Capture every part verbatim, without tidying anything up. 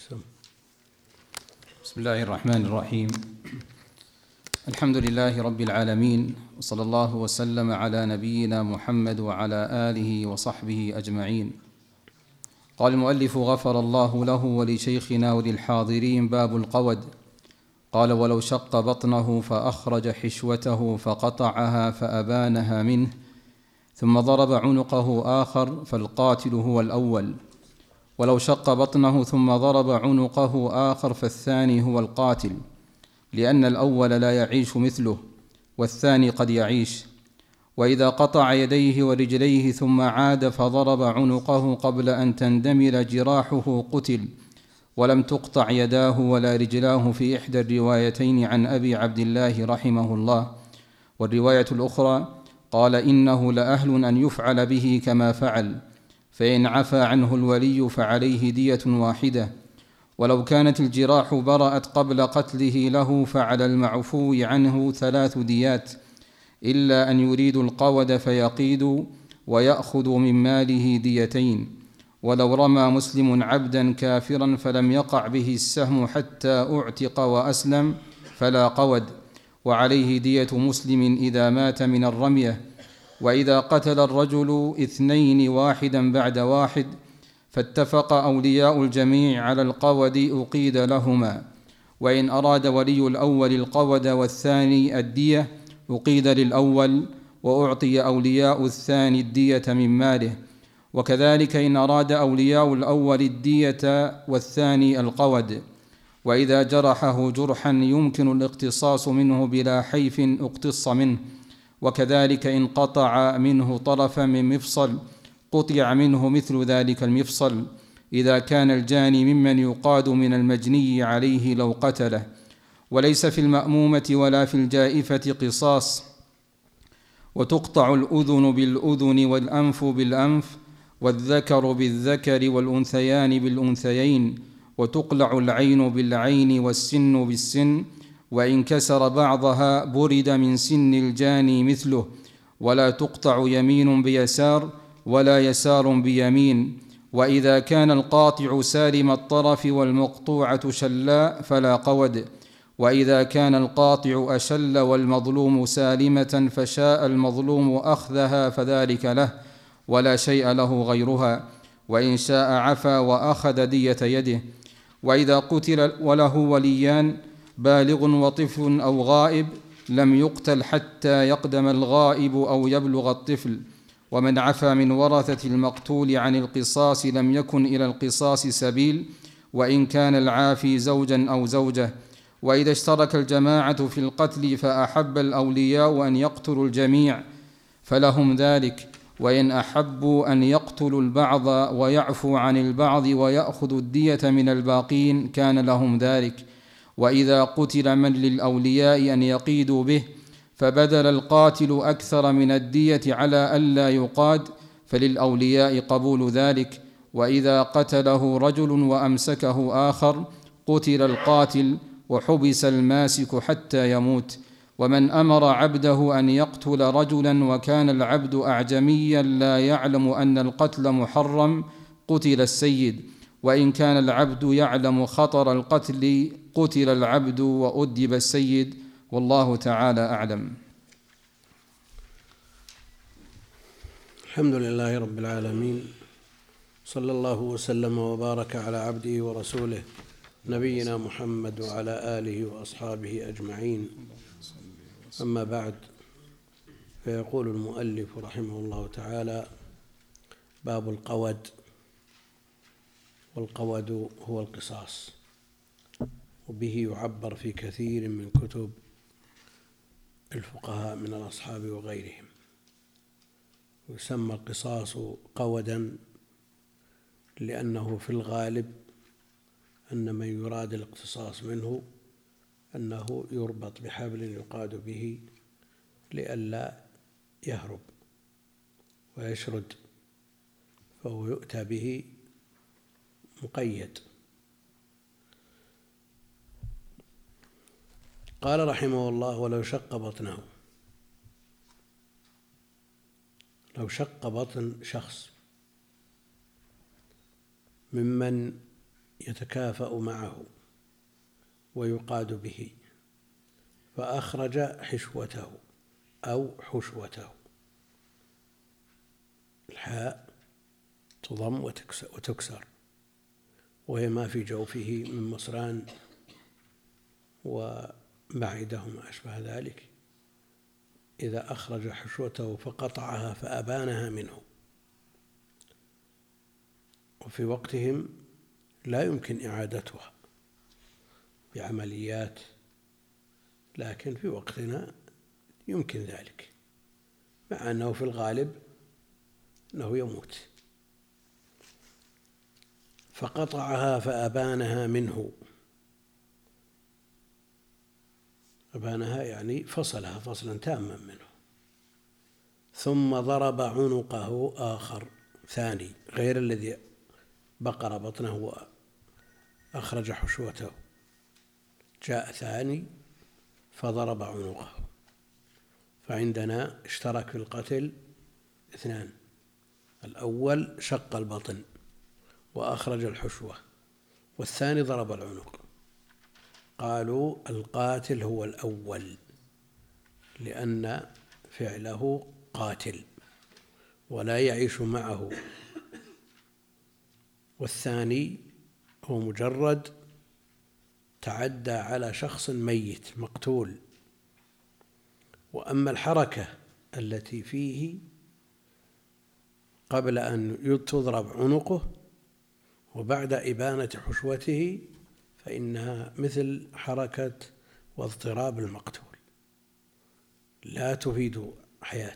بسم الله الرحمن الرحيم. الحمد لله رب العالمين، وصلى الله وسلم على نبينا محمد وعلى آله وصحبه أجمعين. قال المؤلف غفر الله له ولشيخنا وللحاضرين: باب القود. قال: ولو شق بطنه فأخرج حشوته فقطعها فأبانها منه ثم ضرب عنقه آخر فالقاتل هو الأول، ولو شق بطنه ثم ضرب عنقه آخر فالثاني هو القاتل، لأن الأول لا يعيش مثله والثاني قد يعيش. وإذا قطع يديه ورجليه ثم عاد فضرب عنقه قبل أن تندمل جراحه قتل، ولم تقطع يداه ولا رجلاه في إحدى الروايتين عن أبي عبد الله رحمه الله. والرواية الأخرى قال: إنه لأهل أن يفعل به كما فعل، فإن عفى عنه الولي فعليه دية واحدة، ولو كانت الجراح برأت قبل قتله له فعلى المعفو عنه ثلاث ديات، إلا أن يريدوا القود فيقيدوا ويأخذوا من ماله ديتين. ولو رمى مسلم عبدا كافرا فلم يقع به السهم حتى أعتق وأسلم فلا قود، وعليه دية مسلم إذا مات من الرمية. وإذا قتل الرجل اثنين واحدا بعد واحد فاتفق أولياء الجميع على القود أقيد لهما، وإن أراد ولي الأول القود والثاني الدية أقيد للأول وأعطي أولياء الثاني الدية من ماله. وكذلك إن أراد أولياء الأول الدية والثاني القود. وإذا جرحه جرحا يمكن الاقتصاص منه بلا حيف اقتص منه. وكذلك إن قطع منه طرفا من مفصل قطع منه مثل ذلك المفصل، إذا كان الجاني ممن يقاد من المجني عليه لو قتله. وليس في المأمومة ولا في الجائفة قصاص. وتقطع الأذن بالأذن والأنف بالأنف والذكر بالذكر والأنثيان بالأنثيين، وتقلع العين بالعين والسن بالسن، وإن كسر بعضها برد من سن الجاني مثله. ولا تقطع يمين بيسار ولا يسار بيمين. وإذا كان القاطع سالم الطرف والمقطوعة شلاء فلا قود. وإذا كان القاطع أشل والمظلوم سالمة فشاء المظلوم أخذها فذلك له، ولا شيء له غيرها، وإن شاء عفا وأخذ دية يده. وإذا قتل وله وليان بالغ وطفل أو غائب لم يقتل حتى يقدم الغائب أو يبلغ الطفل. ومن عفى من ورثة المقتول عن القصاص لم يكن إلى القصاص سبيل، وإن كان العافي زوجا أو زوجة. وإذا اشترك الجماعة في القتل فأحب الأولياء أن يقتلوا الجميع فلهم ذلك، وإن أحبوا أن يقتلوا البعض ويعفوا عن البعض ويأخذوا الدية من الباقين كان لهم ذلك. وإذا قتل من للأولياء أن يقيدوا به فبذل القاتل أكثر من الدية على ألا يقاد فللأولياء قبول ذلك. وإذا قتله رجل وأمسكه آخر قتل القاتل وحبس الماسك حتى يموت. ومن أمر عبده أن يقتل رجلا وكان العبد أعجميا لا يعلم أن القتل محرم قتل السيد، وإن كان العبد يعلم خطر القتل قتل العبد وأدب السيد، والله تعالى أعلم. الحمد لله رب العالمين، صلى الله وسلم وبارك على عبده ورسوله نبينا محمد وعلى آله وأصحابه أجمعين. أما بعد، فيقول المؤلف رحمه الله تعالى: باب القود. والقود هو القصاص، وبه يعبر في كثير من كتب الفقهاء من الأصحاب وغيرهم. يسمى القصاص قودا لأنه في الغالب أن من يراد الاقتصاص منه أنه يربط بحبل يقاد به لئلا يهرب ويشرد، فهو يؤتى به مقيد. قال رحمه الله: ولو شق بطنه. لو شق بطن شخص ممن يتكافأ معه ويقاد به، فأخرج حشوته أو حشوته، الحاء تضم وتكسر، وهي ما في جوفه من مصران ومعدة وما أشبه ذلك، إذا أخرج حشوته فقطعها فأبانها منه. وفي وقتهم لا يمكن إعادتها بعمليات، لكن في وقتنا يمكن ذلك، مع أنه في الغالب أنه يموت. فقطعها فأبانها منه، أبانها يعني فصلها فصلا تاما منه، ثم ضرب عنقه آخر ثاني غير الذي بقر بطنه وأخرج حشوته، جاء ثاني فضرب عنقه. فعندنا اشترك في القتل اثنان، الأول شق البطن وأخرج الحشوة، والثاني ضرب العنق. قالوا القاتل هو الأول لأن فعله قاتل ولا يعيش معه، والثاني هو مجرد تعدى على شخص ميت مقتول. وأما الحركة التي فيه قبل أن تضرب عنقه وبعد إبانة حشوته فإنها مثل حركة واضطراب المقتول، لا تفيد حياة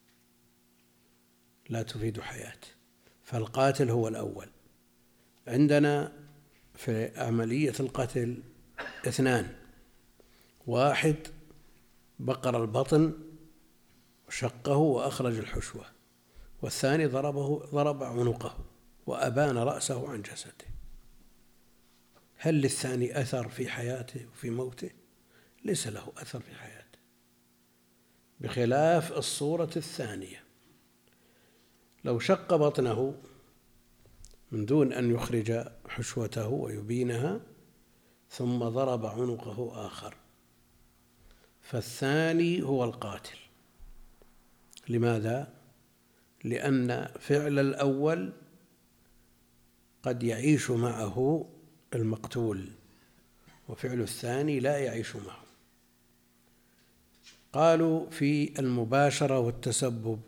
لا تفيد حياة فالقاتل هو الأول. عندنا في عملية القتل اثنان، واحد بقر البطن وشقه وأخرج الحشوة، والثاني ضربه ضرب عنقه وأبان رأسه عن جسده. هل للثاني أثر في حياته وفي موته؟ ليس له أثر في حياته، بخلاف الصورة الثانية. لو شق بطنه من دون أن يخرج حشوته ويبينها ثم ضرب عنقه آخر، فالثاني هو القاتل. لماذا؟ لأن فعل الأول قد يعيش معه المقتول، وفعل الثاني لا يعيش معه. قالوا في المباشرة والتسبب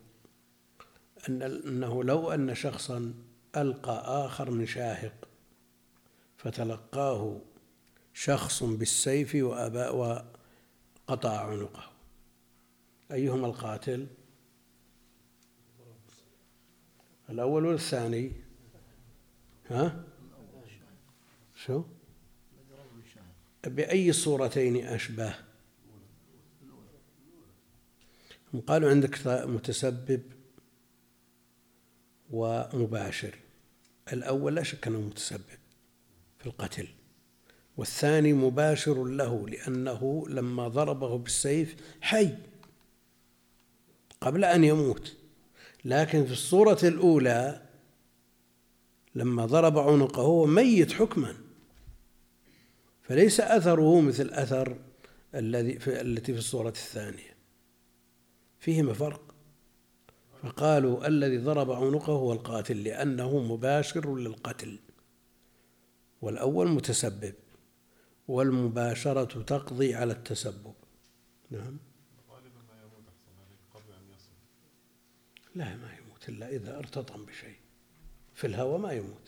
أنه لو أن شخصا ألقى آخر من شاهق فتلقاه شخص بالسيف وأباء وقطع عنقه، أيهما القاتل؟ الأول ولا الثاني؟ ها؟ شو؟ بأي الصورتين أشبه؟ هم قالوا عندك متسبب ومباشر. الأول لا شك أنه متسبب في القتل، والثاني مباشر له لأنه لما ضربه بالسيف حي قبل أن يموت. لكن في الصورة الأولى لما ضرب عنقه هو ميت حكما، فليس أثره مثل أثر الذي في التي في الصورة الثانية، فيهما فرق. فقالوا الذي ضرب عنقه هو القاتل لأنه مباشر للقتل، والأول متسبب، والمباشرة تقضي على التسبب. نعم. غالبا ما يموت أحسن عليك قبل أن يصل. لا، ما يموت إلا إذا ارتطم بشيء في الهواء، ما يموت.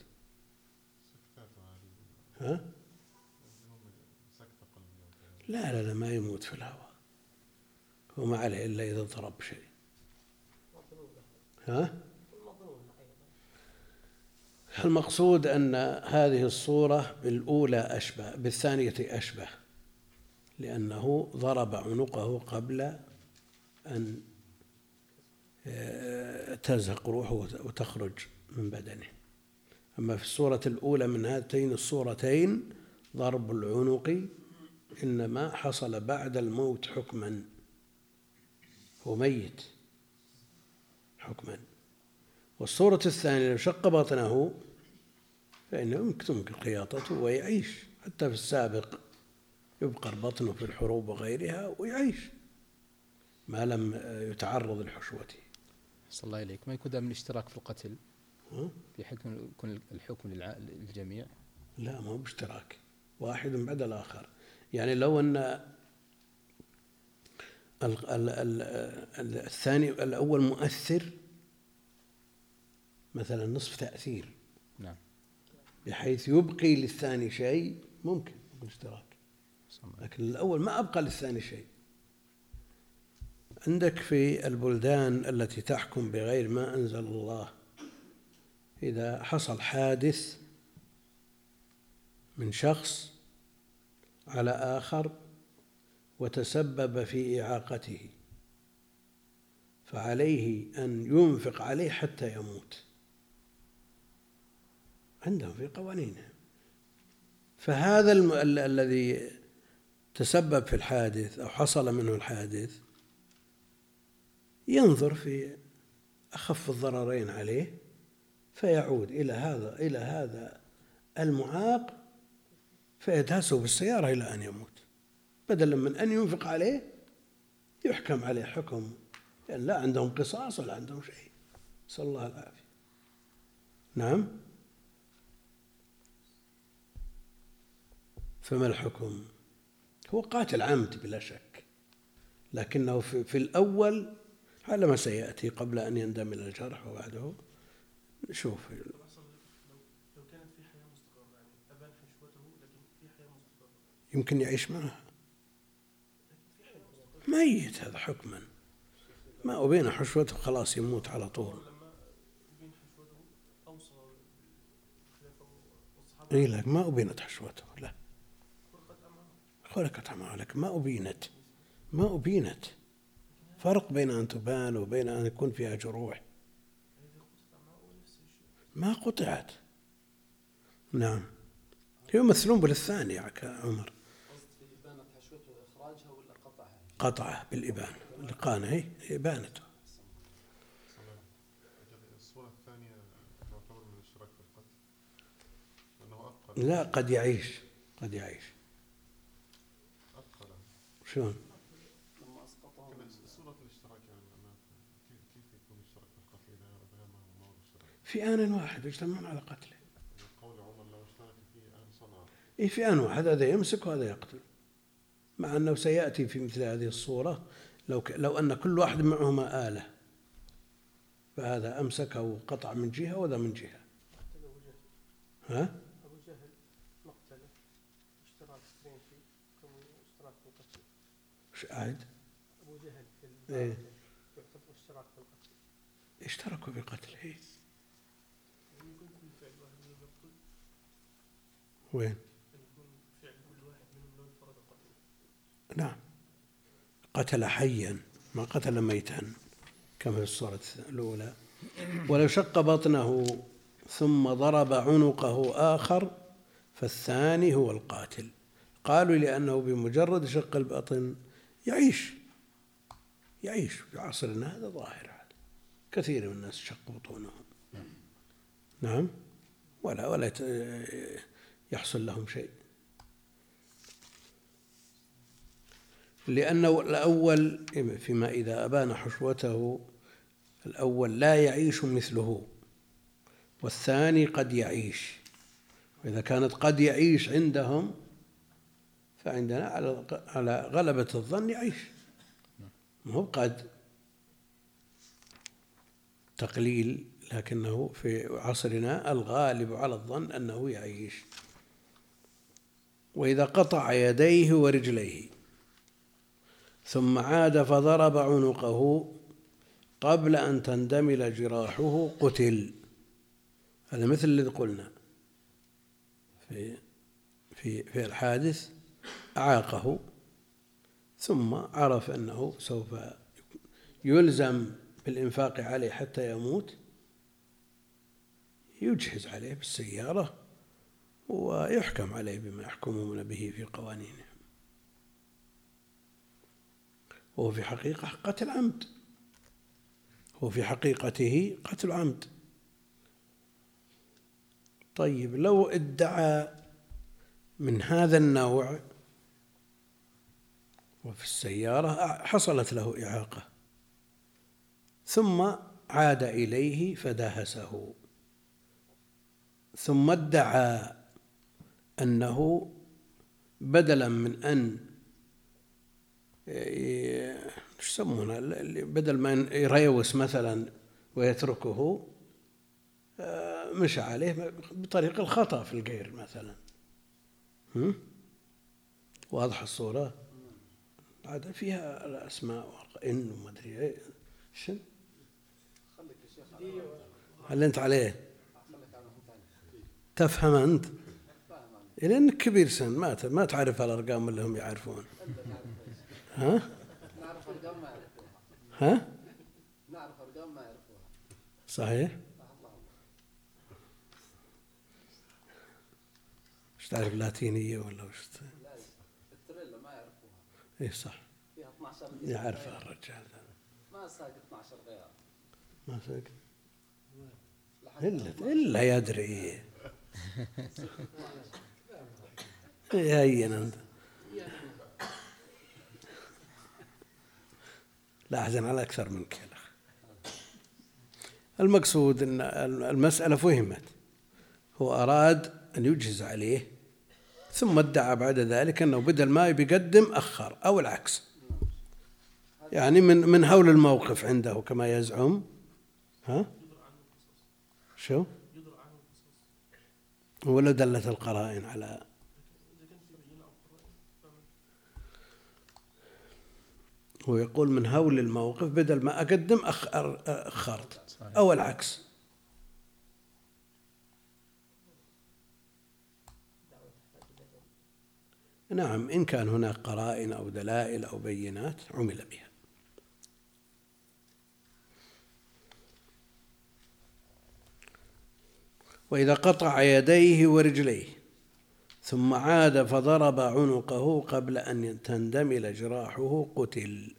ها؟ لا لا لا ما يموت في الهواء، هو ما عليه إلا إذا ضرب شيء. ها؟ المقصود أن هذه الصورة بالأولى أشبه، بالثانية أشبه، لأنه ضرب عنقه قبل أن تزهق روحه وتخرج من بدنه. أما في الصورة الأولى من هاتين الصورتين ضرب العنق إنما حصل بعد الموت حكما، هو ميت حكما. والصورة الثانية لو شق بطنه فإنه يمكن قياطته ويعيش. حتى في السابق يبقر بطنه في الحروب وغيرها ويعيش ما لم يتعرض لحشوته. صلى الله إليك. ما يكون ده من اشتراك في القتل في حكم يكون الحكم للجميع؟ لا، ما هو باشتراك، واحد بعد الآخر. يعني لو أن الثاني الأول مؤثر مثلا نصف تأثير، نعم، بحيث يبقي للثاني شيء، ممكن يكون اشتراك. لكن الأول ما أبقى للثاني شيء. عندك في البلدان التي تحكم بغير ما أنزل الله، إذا حصل حادث من شخص على آخر وتسبب في إعاقته، فعليه أن ينفق عليه حتى يموت، عندهم في قوانينهم. فهذا الم... ال... الذي تسبب في الحادث أو حصل منه الحادث ينظر في أخف الضررين عليه، فيعود إلى هذا إلى هذا المعاق فيدهسه بالسيارة إلى أن يموت، بدلا من أن ينفق عليه يحكم عليه حكم، يعني لا عندهم قصاص ولا عندهم شيء. نسأل الله العافية. نعم. فما الحكم؟ هو قاتل عمد بلا شك، لكنه في, في الأول على ما سيأتي قبل أن يندم إلى الجرح وبعده نشوف. لو كانت في حياة مستقرة، يعني أبان حشوته لكن في حياة مستقرة، يمكن يعيش معها. ميت هذا حكما، ما أبين حشوته خلاص يموت على طول. لما أبين حشوته أوصى بالخلافة والصحابة. إيه لك ما أبينت حشوته، لا خلقت أمامه، لك ما أبينت ما أبينت. فرق بين أن تبان وبين أن يكون فيها جروح. ما قطعت. نعم، يمثلون بالثاني يا عمر. قطعه بالإبانة، الإقانة هي إبانته. الصورة الثانية تعتبر من الاشتراك في القتل لأنه أبقى. لا، قد يعيش قد يعيش أبقى له. شلون؟ صورة الاشتراك يعني كيف يكون الاشتراك في القتل إذا بيان ما هو الاشتراك؟ في آن واحد يجتمعون على قتله. قول عمر لو اشترك في آن صنعاء. إيه، في آن واحد، هذا يمسك وهذا يقتل، مع أنه سيأتي في مثل هذه الصورة لو ك... لو أن كل واحد معهما آلة، فهذا أمسكه وقطع من جهة وذا من جهة. ها؟ أبو جهل مقتله اشتراك اثنين فيه كون اشتراك في القتل. وش قاعد؟ أبو جهل في إيه؟ يعتبر اشتراك في القتل. اشتركوا في قتله. يمكن كل فعل واحد منهم يقتل. وين؟ أن يكون فعل كل واحد منهم لو انفرد قتل. نعم، قتل حيا ما قتل ميتا كما في الصورة الأولى. ولو شق بطنه ثم ضرب عنقه آخر فالثاني هو القاتل. قالوا لأنه بمجرد شق البطن يعيش يعيش في عصرنا هذا ظاهر، هذا كثير من الناس شق بطونهم. نعم، ولا ولا يحصل لهم شيء، لأنه الأول فيما إذا أبان حشوته الأول لا يعيش مثله، والثاني قد يعيش. وإذا كانت قد يعيش عندهم فعندنا على غلبة الظن يعيش، ما هو قد تقليل، لكنه في عصرنا الغالب على الظن أنه يعيش. وإذا قطع يديه ورجليه ثم عاد فضرب عنقه قبل أن تندمل جراحه قتل. هذا مثل الذي قلنا في في في الحادث، أعاقه ثم عرف أنه سوف يلزم بالإنفاق عليه حتى يموت، يجهز عليه بالسيارة ويحكم عليه بما يحكمون به في قوانينهم. وهو في حقيقة قتل عمد، هو في حقيقته قتل عمد. طيب لو ادعى من هذا النوع وفي السيارة حصلت له إعاقة ثم عاد إليه فدهسه ثم ادعى أنه بدلا من أن ايش يسمونه بدل ما يريوس مثلا ويتركه مشى عليه بطريق الخطأ في الغير مثلا. واضح الصورة؟ عاد فيها الأسماء إن وما أدري إيه شن هل أنت عليه تفهم أنت لأنك كبير سن ما ما تعرف الأرقام اللي هم يعرفون. ها؟ نعرف أرقام ما يعرفوها. ها؟ نعرف أرقام ما يعرفوها. صحيح؟ ايش تعرف لاتينية ولا وش؟ لا التريلا ما يعرفوها. اي صح. فيها اثنا عشر يعرفها الرجال هذا. ما ساق اثنا عشر غيار. ما ساق. إلا إلا يدري. هين أنت. لا أحزن على أكثر منك يا أخي. المقصود أن المسألة فهمت. هو أراد أن يجهز عليه ثم ادعى بعد ذلك أنه بدل ما بيقدم أخر أو العكس، يعني من من هول الموقف عنده كما يزعم. ها؟ شو؟ ولا دلت القرائن على هو يقول من هول الموقف بدل ما أقدم أخرت أو العكس. نعم إن كان هناك قرائن أو دلائل أو بينات عمل بها. وإذا قطع يديه ورجليه ثم عاد فضرب عنقه قبل أن تندمل جراحه قتل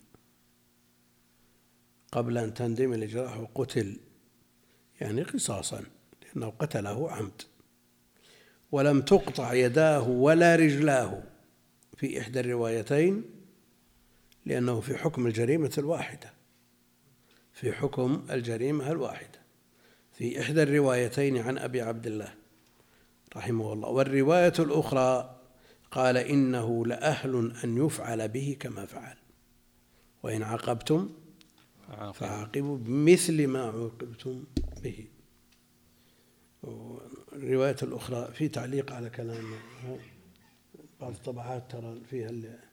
قبل أن تندمل جراحه قتل يعني قصاصا لأنه قتله عمد. ولم تقطع يداه ولا رجلاه في إحدى الروايتين لأنه في حكم الجريمة الواحدة في حكم الجريمة الواحدة في إحدى الروايتين عن أبي عبد الله رحمه الله. والرواية الأخرى قال إنه لأهل أن يفعل به كما فعل وإن عاقبتم فعاقبوا بمثل ما عوقبتم به. الرواية الأخرى في تعليق على كلام بعض الطبعات ترى فيها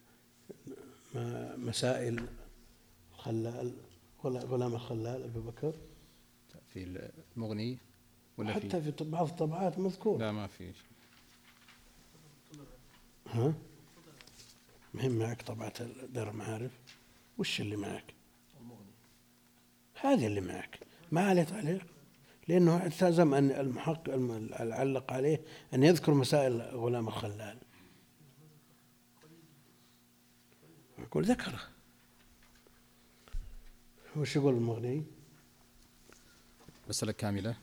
مسائل الخلال غلام الخلال أبي بكر في المغني ولا حتى في, في بعض الطبعات مذكور. لا ما في. ها مهم معك طبعة دار المعارف وش اللي معك؟ هذه اللي معك ما عليه تعليق لأنه التزم أن المحق العلق عليه أن يذكر مسائل غلام الخلال. يقول ذكره. وش يقول المغني؟ مسألة كاملة.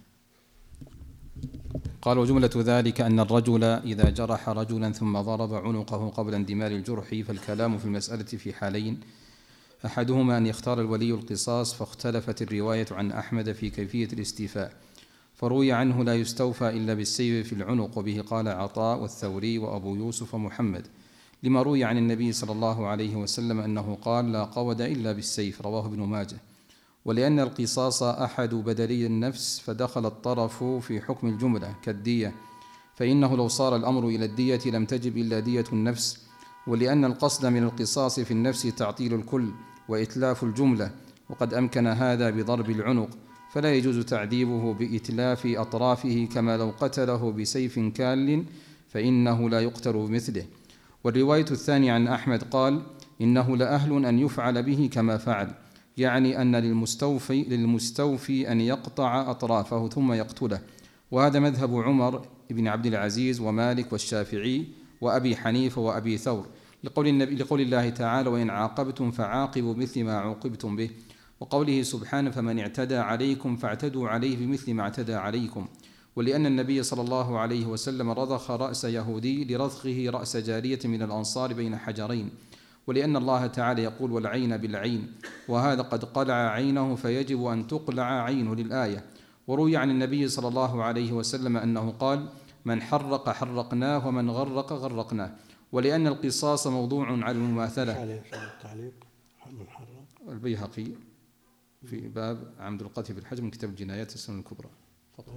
قال وجملة ذلك أن الرجل إذا جرح رجلا ثم ضرب عنقه قبل اندمار الجرح فالكلام في المسألة في حالين أحدهما أن يختار الولي القصاص فاختلفت الرواية عن أحمد في كيفية الاستيفاء فروي عنه لا يستوفى إلا بالسيف في العنق وبه قال عطاء والثوري وأبو يوسف ومحمد لما روي عن النبي صلى الله عليه وسلم أنه قال لا قود إلا بالسيف رواه ابن ماجه. ولأن القصاص أحد بدلي النفس فدخل الطرف في حكم الجملة كالدية فإنه لو صار الأمر إلى الدية لم تجب إلا دية النفس. ولأن القصد من القصاص في النفس تعطيل الكل وإتلاف الجملة وقد أمكن هذا بضرب العنق فلا يجوز تعذيبه بإتلاف أطرافه كما لو قتله بسيف كال فإنه لا يقتل بمثله. والرواية الثانية عن أحمد قال إنه لأهل أن يفعل به كما فعل يعني أن للمستوفي, للمستوفي أن يقطع أطرافه ثم يقتله. وهذا مذهب عمر بن عبد العزيز ومالك والشافعي وأبي حنيفة وأبي ثور لقول, النبي لقول الله تعالى وإن عاقبتم فعاقبوا مثل ما عوقبتم به وقوله سبحانه فمن اعتدى عليكم فاعتدوا عليه بمثل ما اعتدى عليكم. ولأن النبي صلى الله عليه وسلم رضخ رأس يهودي لرضخه رأس جارية من الأنصار بين حجرين، ولأن الله تعالى يقول والعين بالعين، وهذا قد قلع عينه فيجب أن تقلع عينه للآية. وروي عن النبي صلى الله عليه وسلم أنه قال من حرق حرقناه ومن غرق غرقناه. ولأن القصاص موضوع على المماثلة. التعليق من حرق البيهقي في باب عمد القتل في الحج من كتاب الجنايات السنن الكبرى فقط.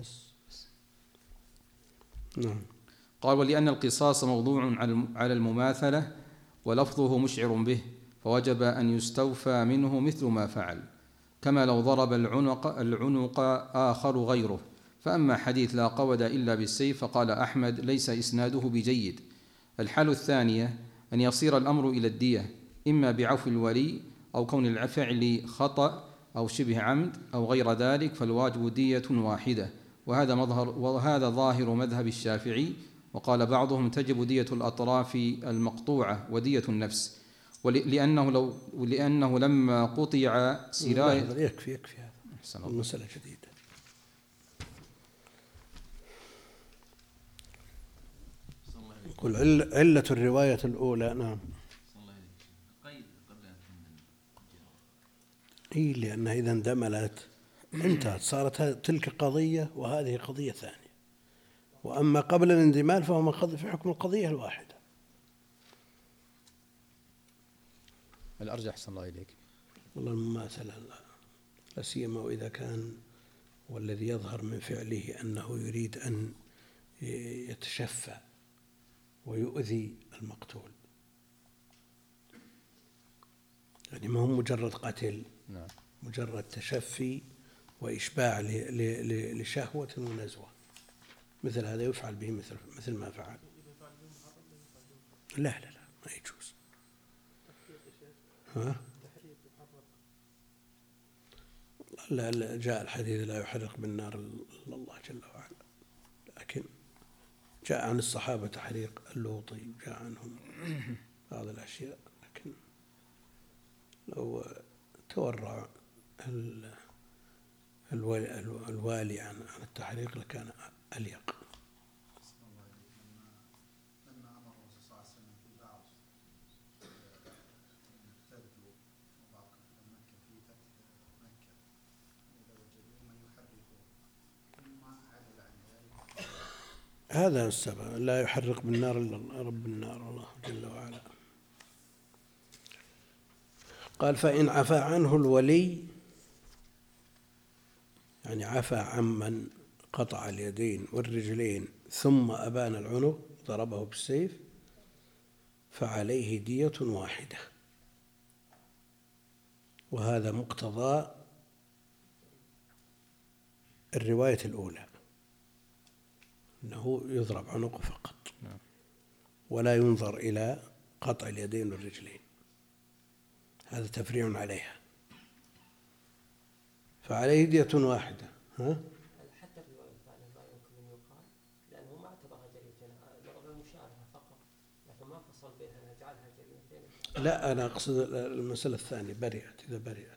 نعم. قال ولأن القصاص موضوع على المماثلة ولفظه مشعر به، فوجب أن يستوفى منه مثل ما فعل، كما لو ضرب العنق, العنق آخر غيره. فأما حديث لا قود إلا بالسيف فقال أحمد ليس إسناده بجيد. الحالة الثانية أن يصير الأمر إلى الدية، إما بعفو الولي أو كون الفعل خطأ أو شبه عمد أو غير ذلك، فالواجب دية واحدة، وهذا مظهر وهذا ظاهر مذهب الشافعي. وقال بعضهم تجب دية الأطراف المقطوعة ودية النفس، ولأنه لو لأنه لما قطع سراية. يكفي يكفي هذا المسألة جديدة. يقول علة الرواية الأولى. نعم. إيه لأنها إذا اندملت انتهت، صارت تلك قضية وهذه قضية ثانية. وأما قبل الاندمال فهو مأخذ في حكم القضية الواحدة. الأرجح أحسن الله إليك والله المماثلة لا سيما وإذا كان والذي يظهر من فعله أنه يريد أن يتشفى ويؤذي المقتول، يعني ما هو مجرد قتل، نعم. مجرد تشفي وإشباع لشهوة ونزوة، مثل هذا يفعل به مثل مثل ما فعل. لا لا لا ما يجوز. ها؟ لا لا جاء الحديث لا يحرق بالنار إلا الله جل وعلا، لكن جاء عن الصحابة تحريق اللوطي، جاء عنهم بعض الأشياء، لكن لو تورع الوالي عن التحريق لكان أليق. هذا السبب لا يحرق بالنار إلا رب النار الله جل وعلا. قال فإن عفى عنه الولي، يعني عفى عمن قطع اليدين والرجلين ثم أبان العنق ضربه بالسيف، فعليه دية واحدة، وهذا مقتضى الرواية الأولى أنه يضرب عنقه فقط ولا ينظر إلى قطع اليدين والرجلين، هذا تفريع عليها، فعليه دية واحدة. ها؟ حتى الرواية الثانية ما يمكن أن يقال لأنه ما اعتبرها جريمتين، ضرب المشابهة فقط، لكن ما فصل بينها جعلها جريمتين. لا أنا أقصد المسألة الثانية برئت، إذا برئت.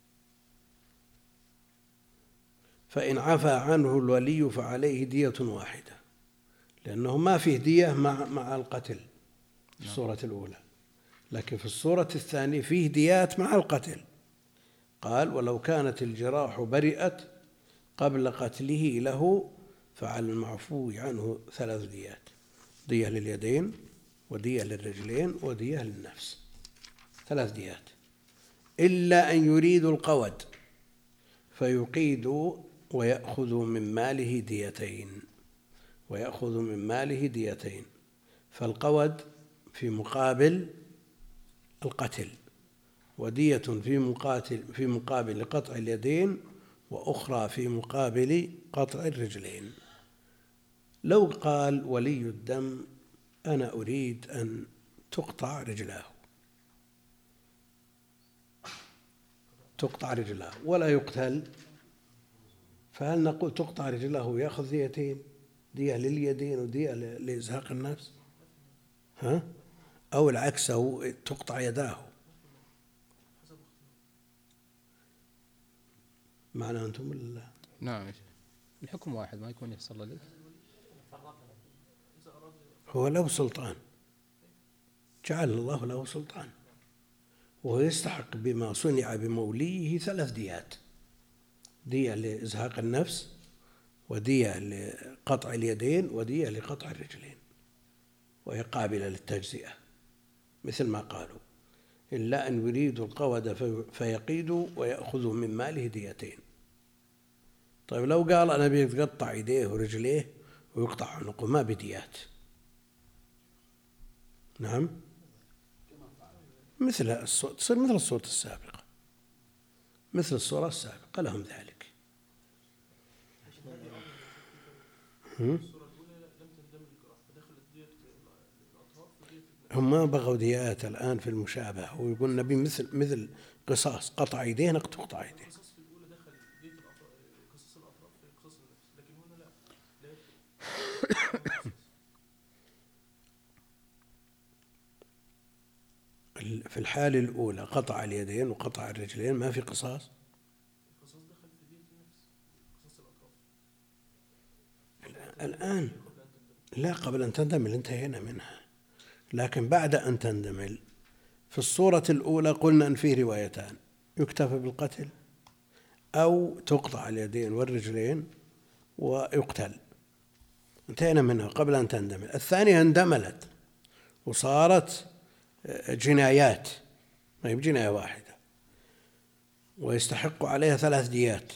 فإن عفى عنه الولي فعليه دية واحدة، لأنه ما فيه دية مع مع القتل في الصورة الأولى، لكن في الصورة الثانية فيه ديات مع القتل. قال ولو كانت الجراح برئت قبل قتله له فعلى المعفو عنه ثلاث ديات: دية لليدين ودية للرجلين ودية للنفس، ثلاث ديات، إلا أن يريدوا القود فيقيدوا ويأخذوا من ماله ديتين ويأخذ من ماله ديتين فالقود في مقابل القتل، ودية في مقاتل في مقابل قطع اليدين، وأخرى في مقابل قطع الرجلين. لو قال ولي الدم أنا أريد أن تقطع رجلاه تقطع رجلاه ولا يقتل، فهل نقول تقطع رجلاه ويأخذ ديتين، دية لليدين ودية لإزهاق النفس؟ ها؟ أو العكس، أو تقطع يداه؟ معنى أنتم ال... نعم الحكم واحد ما يكون يحصل له. هو له سلطان، جعل الله له سلطان، وهو يستحق بما صنع بموليه ثلاث ديات: دية لإزهاق النفس، ودية لقطع اليدين، ودية لقطع الرجلين، وهي قابلة للتجزئة مثل ما قالوا: إلا أن يريدوا القود فيقيدوا ويأخذوا من ماله ديتين. طيب لو قال أنا بيتقطع يديه ورجليه ويقطع عنقه ما بديات. نعم، مثل الصورة، تصير مثل الصورة السابقة، مثل الصورة السابقة لهم ذلك. هم ما بغوا ديات الآن في المشابهة، ويقول النبي مثل مثل قصاص، قطع يديه نقطع يديه. في الحالة الأولى قطع اليدين وقطع الرجلين ما في قصاص. الآن لا، قبل أن تندمل انتهينا منها، لكن بعد أن تندمل في الصورة الأولى قلنا أن فيه روايتان: يكتفى بالقتل أو تقطع اليدين والرجلين ويقتل، انتهينا منها قبل أن تندمل. الثانية اندملت وصارت جنايات، ما هي بجناية واحدة، ويستحق عليها ثلاث ديات،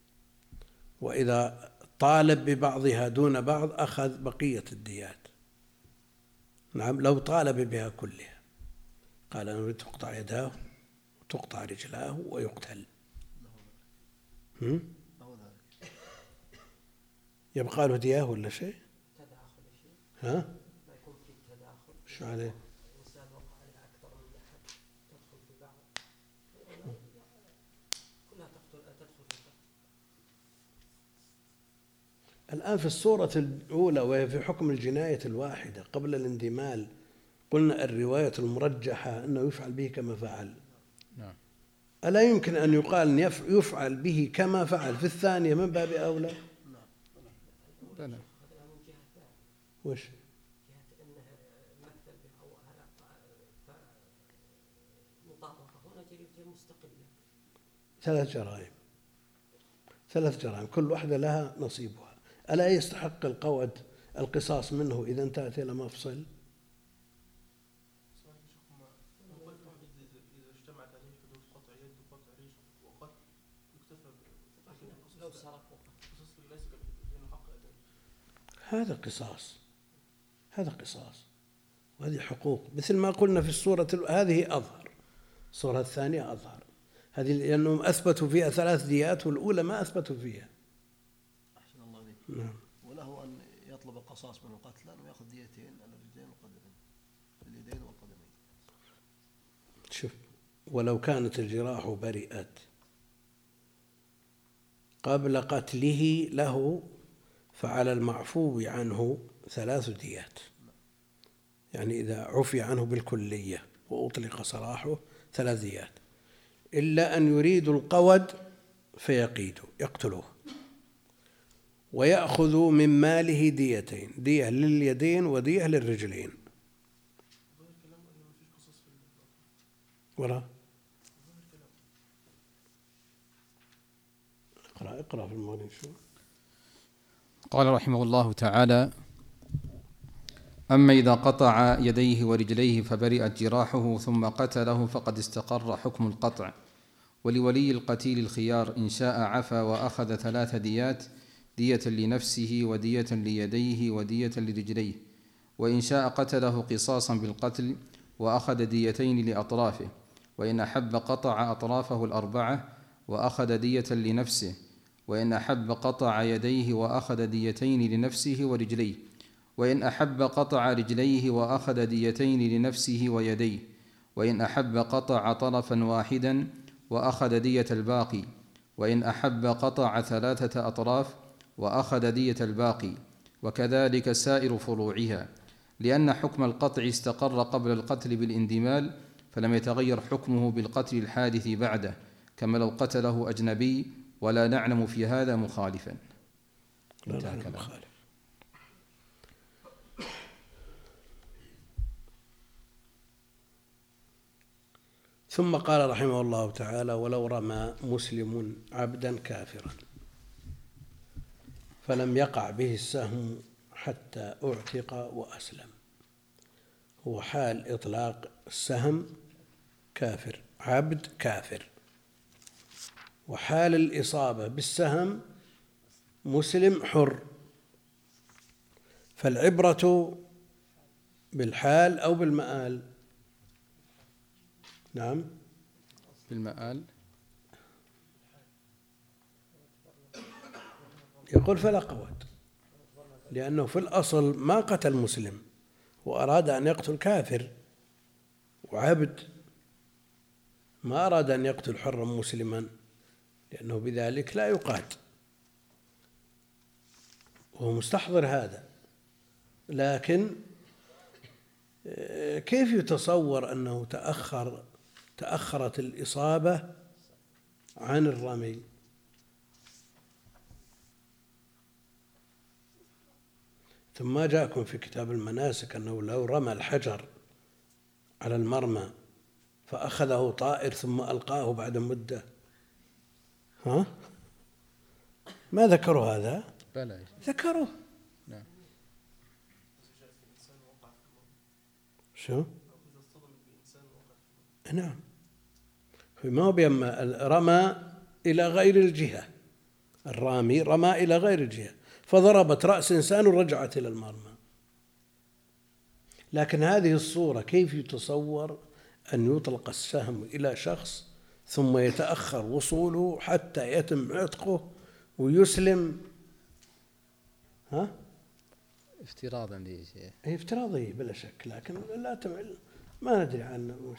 وإذا طالب ببعضها دون بعض أخذ بقية الديات. نعم، لو طالب بها كلها قال أنا أريد تقطع يداه وتقطع رجلاه ويقتل، يبقى له دياه ولا شيء؟ ها؟ ما يكون في تداخل. شو عليه؟ الإنسان وقع عليه أكثر من أحد تدخل في بعض، كلها تدخل تدخل في بعض. الآن في الصورة الأولى وهي في حكم الجناية الواحدة قبل الاندمال قلنا الرواية المرجحة أنه يفعل به كما فعل. نعم. ألا يمكن أن يقال أن يفعل به كما فعل في الثانية من باب أولى؟ لا لا. وش؟ جهة أنه مثل به أو مطابقة هنا جريمة مستقلة. ثلاث جرائم، ثلاث جرائم كل واحدة لها نصيبها. ألا يستحق القود القصاص منه إذا انتهت إلى مفصل؟ هذا قصاص، هذا قصاص، وهذه حقوق مثل ما قلنا في الصورة هذه أظهر، الصورة الثانية أظهر، هذه لأنهم أثبتوا فيها ثلاث ديات والأولى ما أثبتوا فيها. أحسن الله عليك. نعم. وله أن يطلب القصاص من القتلى ويأخذ ديتين على الرجلين والقدمين، اليدين والقدمين. شوف، ولو كانت الجراح برئت قبل قتله له فعلى المعفو عنه ثلاث ديات، يعني إذا عفي عنه بالكلية وأطلق سراحه ثلاث ديات، إلا أن يريد القود فيقيده يقتله ويأخذ من ماله ديتين، دية لليدين ودية للرجلين. ولا اقرأ اقرأ في المغني شو قال رحمه الله تعالى: أما إذا قطع يديه ورجليه فبرئت جراحه ثم قتله فقد استقر حكم القطع، ولولي القتيل الخيار إن شاء عفا وأخذ ثلاث ديات: دية لنفسه ودية ليديه ودية لرجليه، وإن شاء قتله قصاصا بالقتل وأخذ ديتين لأطرافه، وإن أحب قطع أطرافه الأربعة وأخذ دية لنفسه، وإن أحب قطع يديه وأخذ ديتين لنفسه ورجليه، وإن أحب قطع رجليه وأخذ ديتين لنفسه ويديه، وإن أحب قطع طرفا واحدا وأخذ دية الباقي، وإن أحب قطع ثلاثة أطراف وأخذ دية الباقي، وكذلك سائر فروعها، لأن حكم القطع استقر قبل القتل بالاندمال، فلم يتغير حكمه بالقتل الحادث بعده، كما لو قتله أجنبي، ولا نعلم في هذا مخالفا. لا انتهى لا كلام. مخالف. ثم قال رحمه الله تعالى: ولو رمى مسلم عبدا كافرا فلم يقع به السهم حتى أعتق وأسلم. هو حال إطلاق السهم كافر، عبد كافر، وحال الإصابة بالسهم مسلم حر. فالعبرة بالحال أو بالمآل؟ نعم بالمآل. يقول فلا قواد، لأنه في الأصل ما قتل مسلم وأراد أن يقتل كافر وعبد، ما أراد أن يقتل حرا مسلما، لأنه بذلك لا يقاد، وهو مستحضر هذا. لكن كيف يتصور أنه تأخر تأخرت الإصابة عن الرمي؟ ثم ما جاءكم في كتاب المناسك أنه لو رمى الحجر على المرمى فأخذه طائر ثم ألقاه بعد مدة، ها؟ ما ذكروا هذا؟ بلى. ذكروه. نعم. شو؟ نعم. ما هو بيما رمى إلى غير الجهة، الرامي رمى إلى غير الجهة فضربت رأس إنسان ورجعت إلى المرمى. لكن هذه الصورة كيف يتصور أن يطلق السهم إلى شخص ثم يتأخر وصوله حتى يتم عتقه ويسلم؟ ها؟ افتراضا لي شيء. هي افتراضية بلا شك، لكن لا تم... ما ندري عنه وش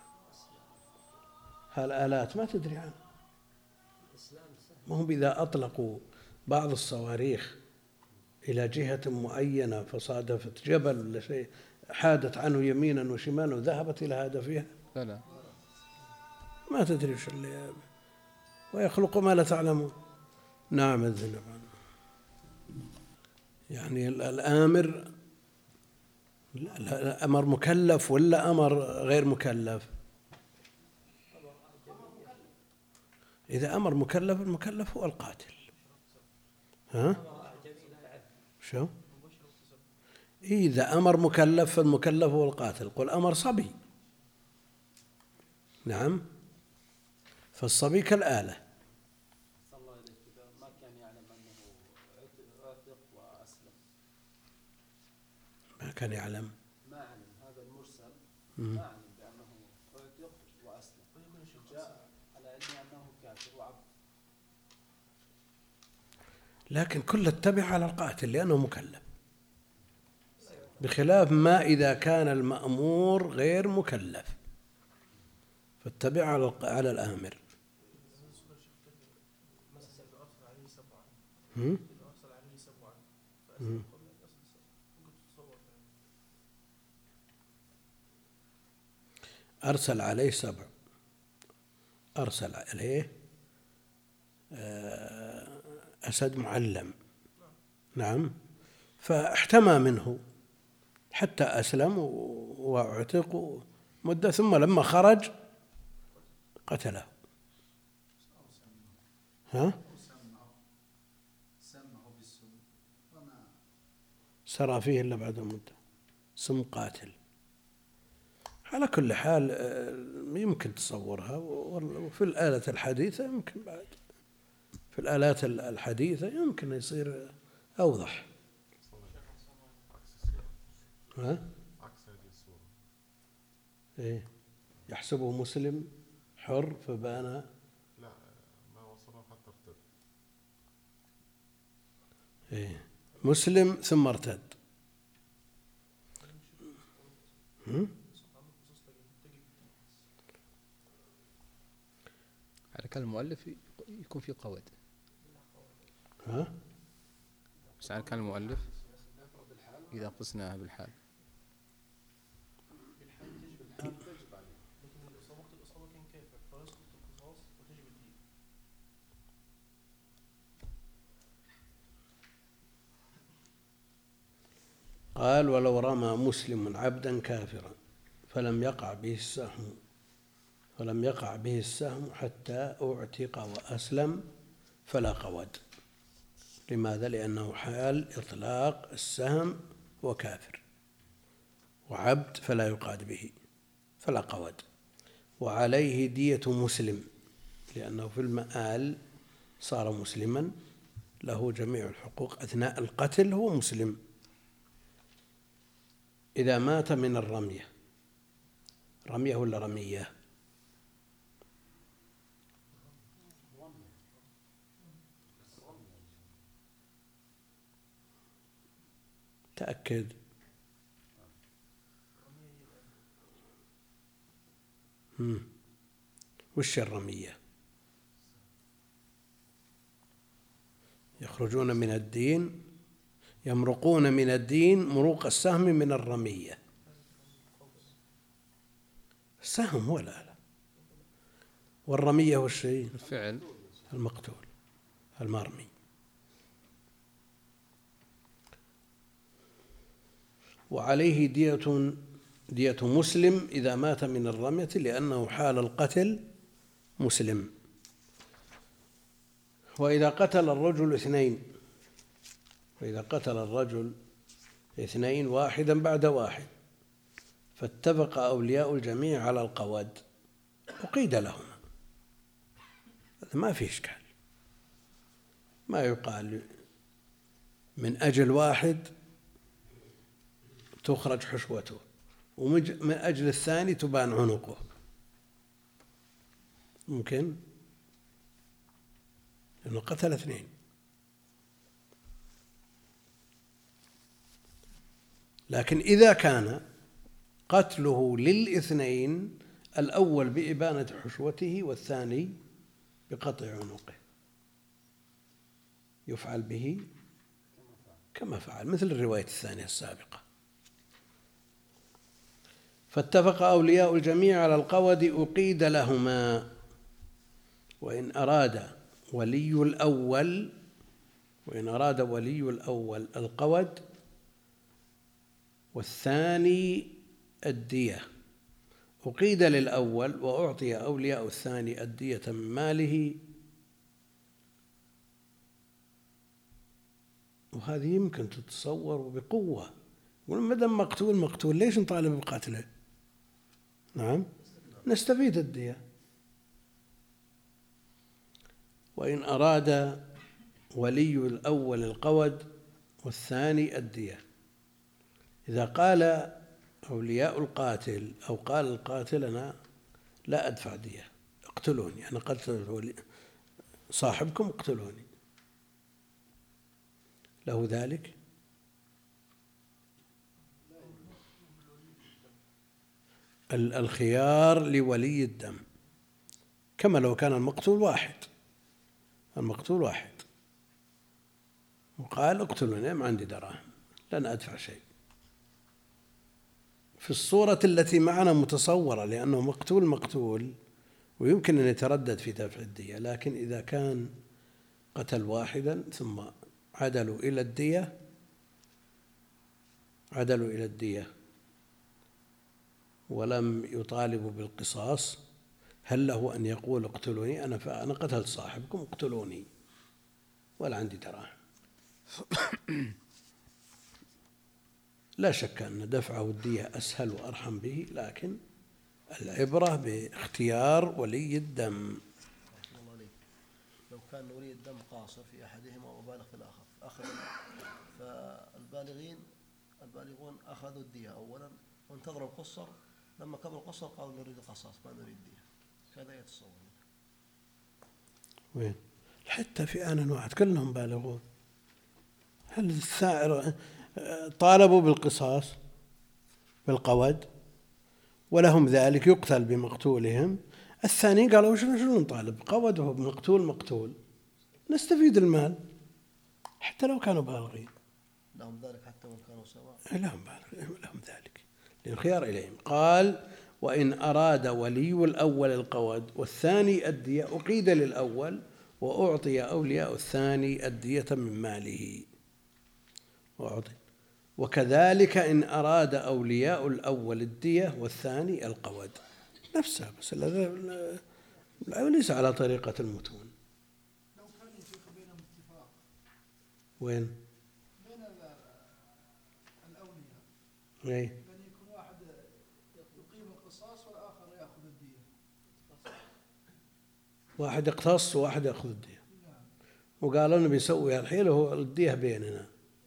هالآلات، ما تدري عنه. ما هم إذا أطلقوا بعض الصواريخ إلى جهة معينة فصادفت جبل ولا شيء حادت عنه يمينا وشمالا وذهبت إلى هدفها، لا لا ما تدري وش اللي ويخلق ما لا تعلمون. نعم الذنب يعني الآمر أمر مكلف ولا أمر غير مكلف؟ إذا أمر مكلف المكلف هو القاتل. ها؟ شو؟ إذا أمر مكلف فالمكلف هو القاتل. قل أمر صبي، نعم، فالصبي كالآلة. صلى الله عليه وسلم ما كان يعلم أنه عتق وأسلم. ما كان يعلم، ما علم هذا المرسل، ما علم بأنه عتق وأسلم، جاء على علم أنه كافر وعبد. لكن كل اتبع على القاتل لأنه مكلف، بخلاف ما إذا كان المأمور غير مكلف فاتبع على على الآمر. هم؟ هم. أرسل عليه سبع، أرسل عليه أسد معلم، نعم، فاحتمى منه حتى أسلم واعتق مدة، ثم لما خرج قتله. ها؟ سرى فيه إلا بعد مدة، سم قاتل. على كل حال يمكن تصورها، وفي الآلة الحديثة يمكن بعد في الآلات الحديثة يمكن يصير أوضح. ها؟ عكس هذه الصورة. إيه، يحسبه مسلم حر فبان. لا ما وصله حتى ارتد. إيه، مسلم ثم ارتد. هم؟ على كلام المؤلف يكون في قود. ها؟ بس على كلام المؤلف إذا قسناها بالحال. قال ولو رمى مسلم عبدا كافرا فلم يقع به السهم فلم يقع به السهم حتى أعتق وأسلم فلا قود. لماذا؟ لأنه حال إطلاق السهم وكافر، وعبد فلا يقاد به فلا قود. وعليه دية مسلم لأنه في المآل صار مسلما له جميع الحقوق أثناء القتل هو مسلم. إذا مات من الرمية، رمية ولا رمية؟ تأكد. مم. وش الرمية؟ يخرجون من الدين، يمرقون من الدين مروق السهم من الرمية. السهم ولا لا، والرمية هو الشيء الفعل المقتول المرمي. وعليه دية دية مسلم إذا مات من الرمية لأنه حال القتل مسلم. وإذا قتل الرجل اثنين وإذا قتل الرجل اثنين واحدا بعد واحد فاتفق أولياء الجميع على القود أقيد لهما، هذا ما في إشكال. ما يقال من أجل واحد تخرج حشوته ومن أجل الثاني تبان عنقه، ممكن، لأنه قتل اثنين. لكن إذا كان قتله للاثنين، الأول بإبانة حشوته والثاني بقطع عنقه، يفعل به كما فعل، مثل الرواية الثانية السابقة. فاتفق أولياء الجميع على القود أقيد لهما. وإن أراد ولي الأول وإن أراد ولي الأول القود والثاني الدية أقيد للأول وأعطي أولياء الثاني الدية من ماله. وهذه يمكن تتصور بقوة، يقول ما دام مقتول مقتول ليش نطالب بقتله؟ نعم، نستفيد الدية. وإن أراد ولي الأول القود والثاني الدية، إذا قال أولياء القاتل أو قال القاتل أنا لا أدفع دية، اقتلوني، أنا قتلت صاحبكم اقتلوني، له ذلك؟ الخيار لولي الدم، كما لو كان المقتول واحد المقتول واحد وقال اقتلوني ما عندي دراهم لن أدفع شيء. في الصورة التي معنا متصورة لأنه مقتول مقتول ويمكن أن يتردد في دفع الدية. لكن إذا كان قتل واحدا ثم عدلوا إلى الدية عدلوا إلى الدية ولم يطالبوا بالقصاص، هل له أن يقول اقتلوني أنا فأنا قتلت صاحبكم اقتلوني ولا عندي دراهم؟ لا شك أن دفعه الدية أسهل وأرحم به، لكن العبرة باختيار ولي الدم. لو كان ولي الدم قاصر في أحدهما وبالغ في الآخر أخذ، فالبالغين البالغون أخذوا الدية أولا وانتظروا القصر، لما كبر القصر قالوا نريد القصاص ما نريد الدية. هذا يتصور. وين؟ حتى في آن واحد كلهم بالغون، هل الثائر طالبوا بالقصاص بالقود ولهم ذلك يقتل بمقتولهم، الثاني قالوا شنو شنو نطالب قود وهو مقتول مقتول نستفيد المال حتى لو كانوا بالغين. لهم ذلك حتى وإن كانوا سواء. لهم بالغين لهم ذلك للخيار إليهم. قال وإن أراد ولي الأول القود والثاني الدية أقيد للأول وأعطي أولياء الثاني الدية من ماله. وأعطي وكذلك إن أراد أولياء الأول الدية والثاني القود، نفسها، بس ليس على طريقة المتون. لو كان يا شيخ بينهم اتفاق وين؟ بين الأولياء أي بأن يكون واحد يقيم القصاص والآخر يأخذ الدية، واحد يقتص وواحد يأخذ الدية، وقالوا إنه بيسوي الحيل وهو الدية بيننا.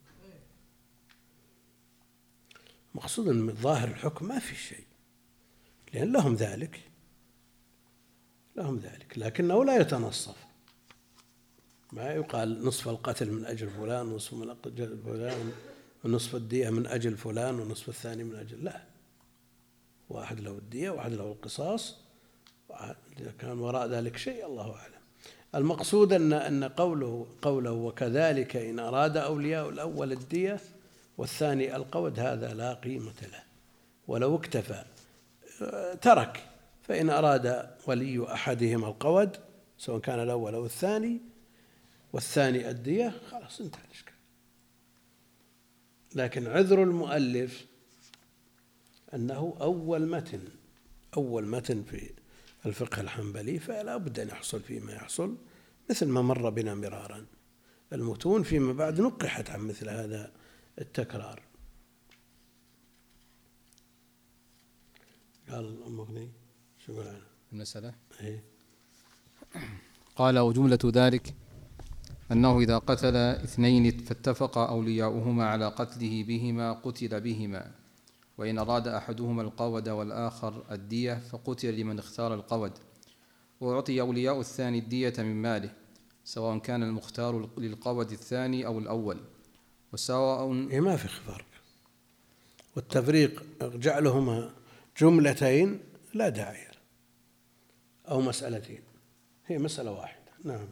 مقصود أن ظاهر الحكم ما في شيء، لأن لهم ذلك لهم ذلك لكنه لا يتنصف، ما يقال نصف القتل من أجل فلان ونصف من أجل فلان ونصف الدية من أجل فلان ونصف الثاني من أجل، لا، واحد له الدية وواحد له القصاص، إذا كان وراء ذلك شيء الله أعلم. المقصود أن أن قوله قوله وكذلك إن أراد أولياء الأول الدية والثاني القود، هذا لا قيمة له، ولو اكتفى ترك، فإن أراد ولي أحدهما القود سواء كان الأول أو الثاني والثاني الدية خلاص انتهى الإشكال. لكن عذر المؤلف أنه أول متن أول متن في الفقه الحنبلي، فلا بد أن يحصل فيه ما يحصل، مثل ما مر بنا مرارا. المتون فيما بعد نقحت عن مثل هذا التكرار. قال المغني شو يقول عنه المسألة؟ إيه؟ قال وجملة ذلك أنه إذا قتل اثنين فاتفق أولياؤهما على قتله بهما قتل بهما، وإن أراد أحدهما القود والآخر الدية فقتل لمن اختار القود، وأعطي أولياء الثاني الدية من ماله، سواء كان المختار للقود الثاني أو الأول، وسواء إيه ما في فرق. والتفريق جعلهما جملتين لا داعي له، أو مسألتين، هي مسألة واحدة. نعم.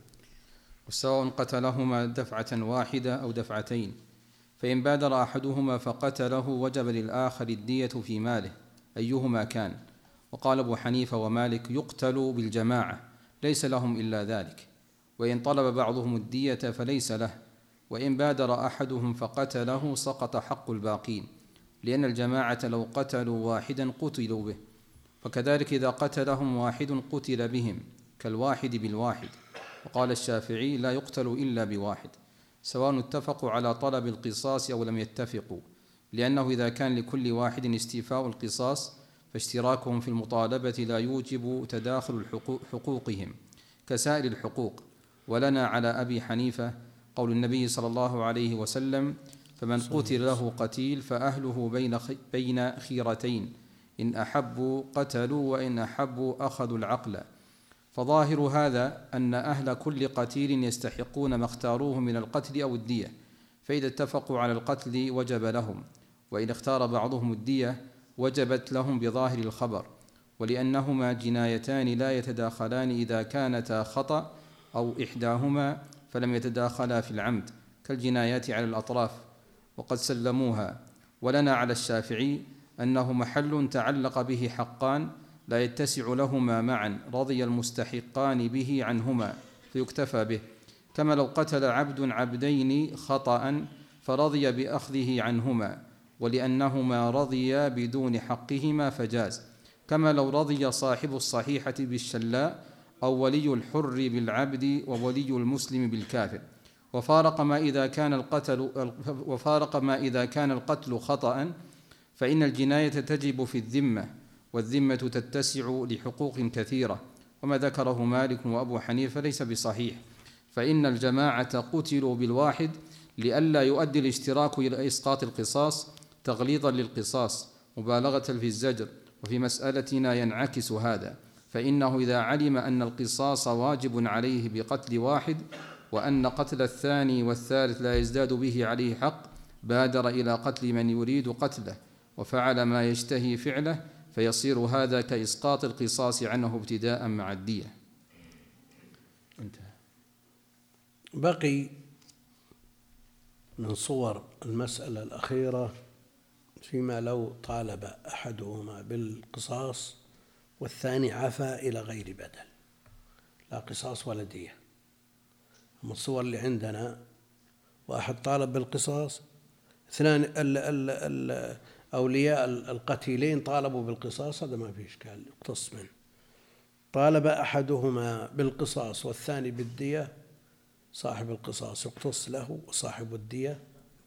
وسواء قتلهما دفعة واحدة أو دفعتين، فإن بادر أحدهما فقتله وجب للآخر الدية في ماله أيهما كان. وقال أبو حنيفة ومالك يقتل بالجماعة ليس لهم إلا ذلك، وإن طلب بعضهم الدية فليس له، وإن بادر أحدهم فقتله سقط حق الباقين، لأن الجماعة لو قتلوا واحدا قتلوا به، وكذلك إذا قتلهم واحد قتل بهم كالواحد بالواحد. وقال الشافعي لا يقتل إلا بواحد، سواء اتفقوا على طلب القصاص أو لم يتفقوا، لأنه إذا كان لكل واحد استيفاء القصاص فاشتراكهم في المطالبة لا يوجب تداخل حقوقهم كسائر الحقوق. ولنا على أبي حنيفة قول النبي صلى الله عليه وسلم فمن قتل له قتيل فأهله بين بين خيرتين، إن أحبوا قتلوا وإن أحبوا أخذوا العقل. فظاهر هذا أن أهل كل قتيل يستحقون ما اختاروه من القتل أو الدية، فإذا اتفقوا على القتل وجب لهم، وإن اختار بعضهم الدية وجبت لهم بظاهر الخبر، ولأنهما جنايتان لا يتداخلان إذا كانتا خطأ أو إحداهما فلم يتداخلا في العمد كالجنايات على الأطراف وقد سلموها. ولنا على الشافعي أنه محل تعلق به حقان لا يتسع لهما معا، رضي المستحقان به عنهما فيكتفى به، كما لو قتل عبد عبدين خطأ فرضي بأخذه عنهما، ولأنهما رضيا بدون حقهما فجاز، كما لو رضي صاحب الصحيحة بالشلاء أو ولي الحر بالعبد وولي المسلم بالكافر. وفارق ما إذا كان القتل وفارق ما إذا كان القتل خطأ، فإن الجناية تجب في الذمة، والذمة تتسع لحقوق كثيرة، وما ذكره مالك وأبو حنيفة ليس بصحيح، فإن الجماعة قتلوا بالواحد لئلا يؤدي الاشتراك إلى إسقاط القصاص تغليظا للقصاص مبالغة في الزجر. وفي مسألتنا ينعكس هذا، فإنه إذا علم أن القصاص واجب عليه بقتل واحد وأن قتل الثاني والثالث لا يزداد به عليه حق، بادر إلى قتل من يريد قتله وفعل ما يشتهي فعله، فيصير هذا كإسقاط القصاص عنه ابتداء مع الدية. انتهى. بقي من صور المسألة الأخيرة فيما لو طالب أحدهما بالقصاص والثاني عفى إلى غير بدل، لا قصاص ولا دية. من الصور اللي عندنا واحد طالب بالقصاص، اثنان ال ال ال أولياء القتيلين طالبوا بالقصاص، هذا ما فيه إشكال يقتص منه. طالب أحدهما بالقصاص والثاني بالدية، صاحب القصاص يقتص له، وصاحب الدية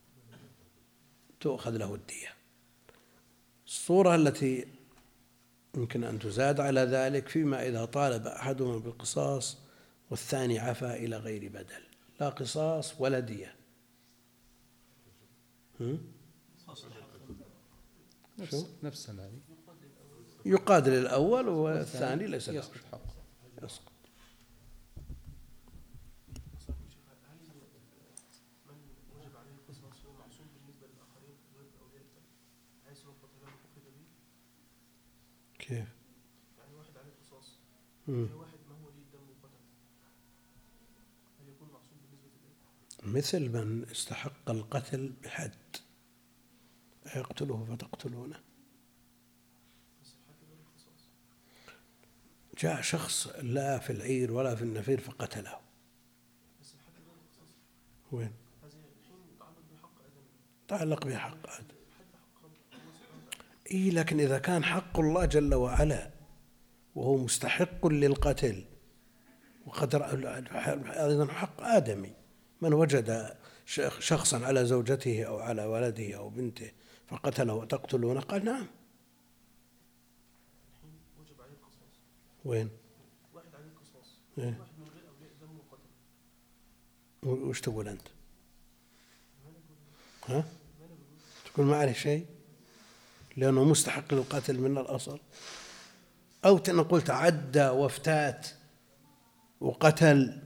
تؤخذ له الدية. الصورة التي يمكن أن تزاد على ذلك فيما إذا طالب أحدهما بالقصاص والثاني عفى إلى غير بدل، لا قصاص ولا دية. نفس نفس هذه يقاد للأول والثاني ليس له يسقط حق. يسقط. كيف؟ يعني واحد عليه قصاص، واحد ما هو ليه دم وقتل، هل يكون معصوم بالنسبة إليه؟ مثل من استحق القتل بحد، يقتله فتقتلونه. جاء شخص لا في العير ولا في النفير فقتله، وين؟ تعلق بحق آدم. إيه، لكن إذا كان حق الله جل وعلا وهو مستحق للقتل وقدر، أيضا حق آدمي. من وجد شخصا على زوجته أو على ولده أو بنته فقتله وتقتلونه، قال نعم. وين؟ واحد عليه قصاص، إيه؟ واحد من غير أولياء دم وقتل. وش تقول أنت؟ ها؟ تقول ما عليه شيء لأنه مستحق للقتل من الأصل، أو نقول تعدى وافتات وقتل،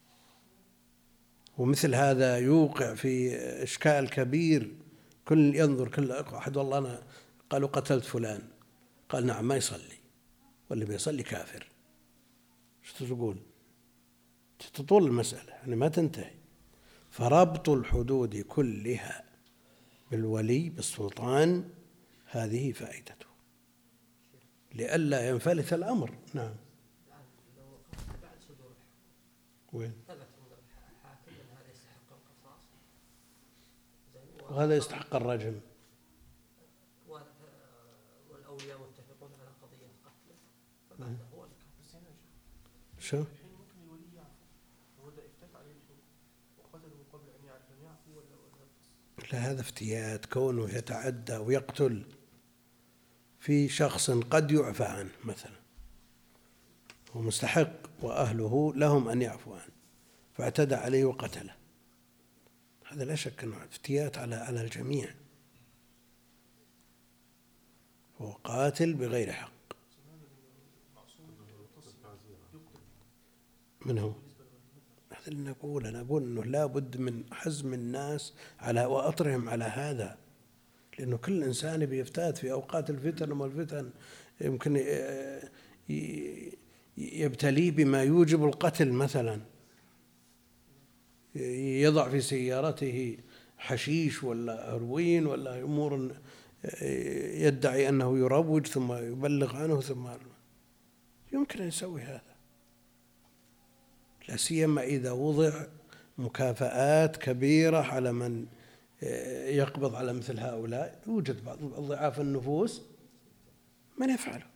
ومثل هذا يوقع في إشكال كبير. كل ينظر كل أحد، والله أنا قالوا قتلت فلان، قال نعم ما يصلي، واللي بيصلي كافر. شو تقول؟ تطول المسألة يعني ما تنتهي. فربط الحدود كلها بالولي بالسلطان هذه فائدته، لئلا ينفلت الأمر. نعم. بعد صدور وين؟ ثبت عند الحاكم أن هذا يستحق القصاص وهذا يستحق الرجم، والأولياء متفقون على قضية قتله، فبعد هو الكافر. شو؟ الحين ممكن الولي يعفو، هو ده افتات عليه الحين وقتله قبل أن يعرف، أن يعفو ولا ولا لا، هذا افتيات، كونه يتعدى ويقتل في شخص قد يعفى عنه مثلا، هو مستحق وأهله لهم أن يعفوا عنه، فاعتدى عليه وقتله، هذا لا شك أنه افتيات على على الجميع، هو قاتل بغير حق. من هو؟ هذا اللي نقول، أنا أقول أنه لا بد من حزم الناس على وأطرهم على هذا، لأنه كل إنسان بيفتات في أوقات الفتن، والفتن يمكن يبتلي بما يوجب القتل، مثلا يضع في سيارته حشيش ولا هروين ولا أمور يدعي أنه يروج ثم يبلغ عنه، ثم يمكن أن يسوي هذا، لا سيما إذا وضع مكافآت كبيرة على من يقبض على مثل هؤلاء. يوجد بعض ضعاف النفوس من يفعله،